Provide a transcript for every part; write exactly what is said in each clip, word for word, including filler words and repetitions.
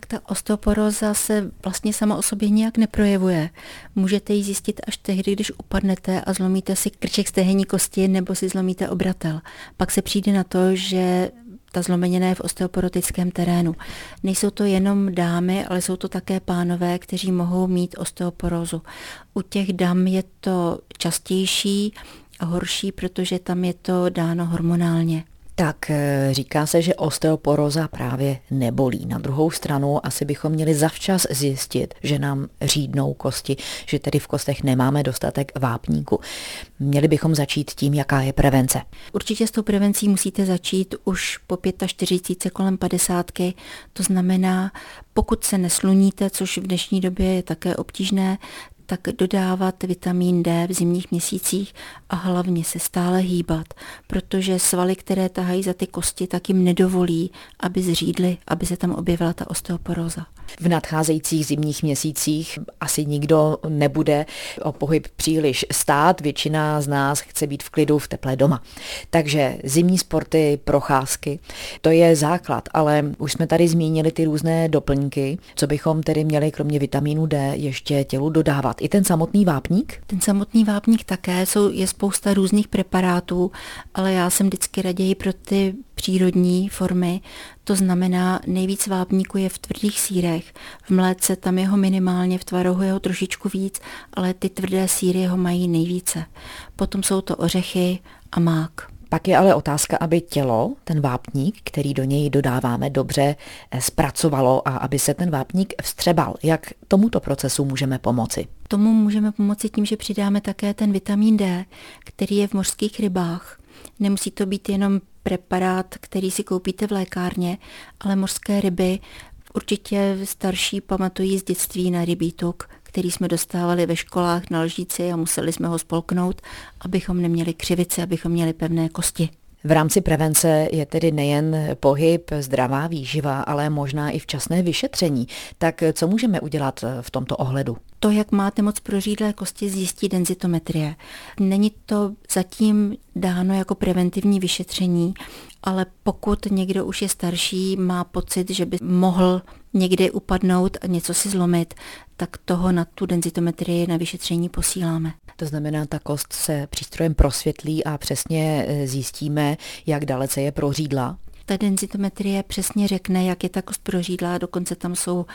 ta osteoporóza se vlastně sama o sobě nijak neprojevuje. Můžete ji zjistit až tehdy, když upadnete a zlomíte si krček stehenní kosti nebo si zlomíte obratel. Pak se přijde na to, že ta zlomenina je v osteoporotickém terénu. Nejsou to jenom dámy, ale jsou to také pánové, kteří mohou mít osteoporózu. U těch dam je to častější a horší, protože tam je to dáno hormonálně. Tak říká se, že osteoporóza právě nebolí. Na druhou stranu asi bychom měli zavčas zjistit, že nám řídnou kosti, že tedy v kostech nemáme dostatek vápníku. Měli bychom začít tím, jaká je prevence. Určitě s tou prevencí musíte začít už po čtyřiceti pěti kolem padesátky. To znamená, pokud se nesluníte, což v dnešní době je také obtížné, tak dodávat vitamin D v zimních měsících a hlavně se stále hýbat, protože svaly, které tahají za ty kosti, tak jim nedovolí, aby zřídly, aby se tam objevila ta osteoporóza. V nadcházejících zimních měsících asi nikdo nebude o pohyb příliš stát, většina z nás chce být v klidu v teplé doma. Takže zimní sporty, procházky, to je základ, ale už jsme tady zmínili ty různé doplňky, co bychom tedy měli kromě vitamínu D ještě tělu dodávat. I ten samotný vápník? Ten samotný vápník také, jsou, je spousta různých preparátů, ale já jsem vždycky raději pro ty přírodní formy. To znamená, nejvíc vápníku je v tvrdých sýrech. V mléce tam je ho minimálně, v tvarohu je ho trošičku víc, ale ty tvrdé sýry ho mají nejvíce. Potom jsou to ořechy a mák. Pak je ale otázka, aby tělo, ten vápník, který do něj dodáváme, dobře zpracovalo a aby se ten vápník vstřebal. Jak tomuto procesu můžeme pomoci? Tomu můžeme pomoci tím, že přidáme také ten vitamin D, který je v mořských rybách. Nemusí to být jenom preparát, který si koupíte v lékárně, ale mořské ryby určitě starší pamatují z dětství na rybí tuk, který jsme dostávali ve školách na lžíci a museli jsme ho spolknout, abychom neměli křivice, abychom měli pevné kosti. V rámci prevence je tedy nejen pohyb, zdravá výživa, ale možná i včasné vyšetření. Tak co můžeme udělat v tomto ohledu? To, jak máte moc prořídlé kosti, zjistí denzitometrie. Není to zatím dáno jako preventivní vyšetření, ale pokud někdo už je starší, má pocit, že by mohl někde upadnout a něco si zlomit, tak toho na tu denzitometrii na vyšetření posíláme. To znamená, ta kost se přístrojem prosvětlí a přesně zjistíme, jak dalece je prořídlá. Ta denzitometrie přesně řekne, jak je ta kost prořídlá, dokonce tam jsou uh,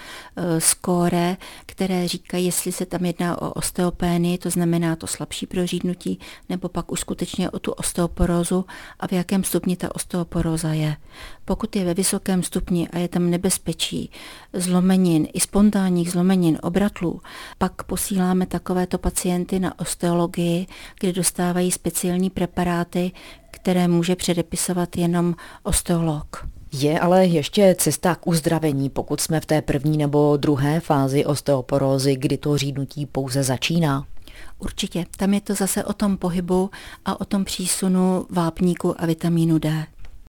skóre, které říkají, jestli se tam jedná o osteopénii, to znamená to slabší prořídnutí, nebo pak už skutečně o tu osteoporózu a v jakém stupni ta osteoporóza je. Pokud je ve vysokém stupni a je tam nebezpečí zlomenin, i spontánních zlomenin, obratlů, pak posíláme takovéto pacienty na osteologii, kde dostávají speciální preparáty, které může předepisovat jenom osteolog. Je ale ještě cesta k uzdravení, pokud jsme v té první nebo druhé fázi osteoporózy, kdy to řídnutí pouze začíná? Určitě. Tam je to zase o tom pohybu a o tom přísunu vápníku a vitamínu D.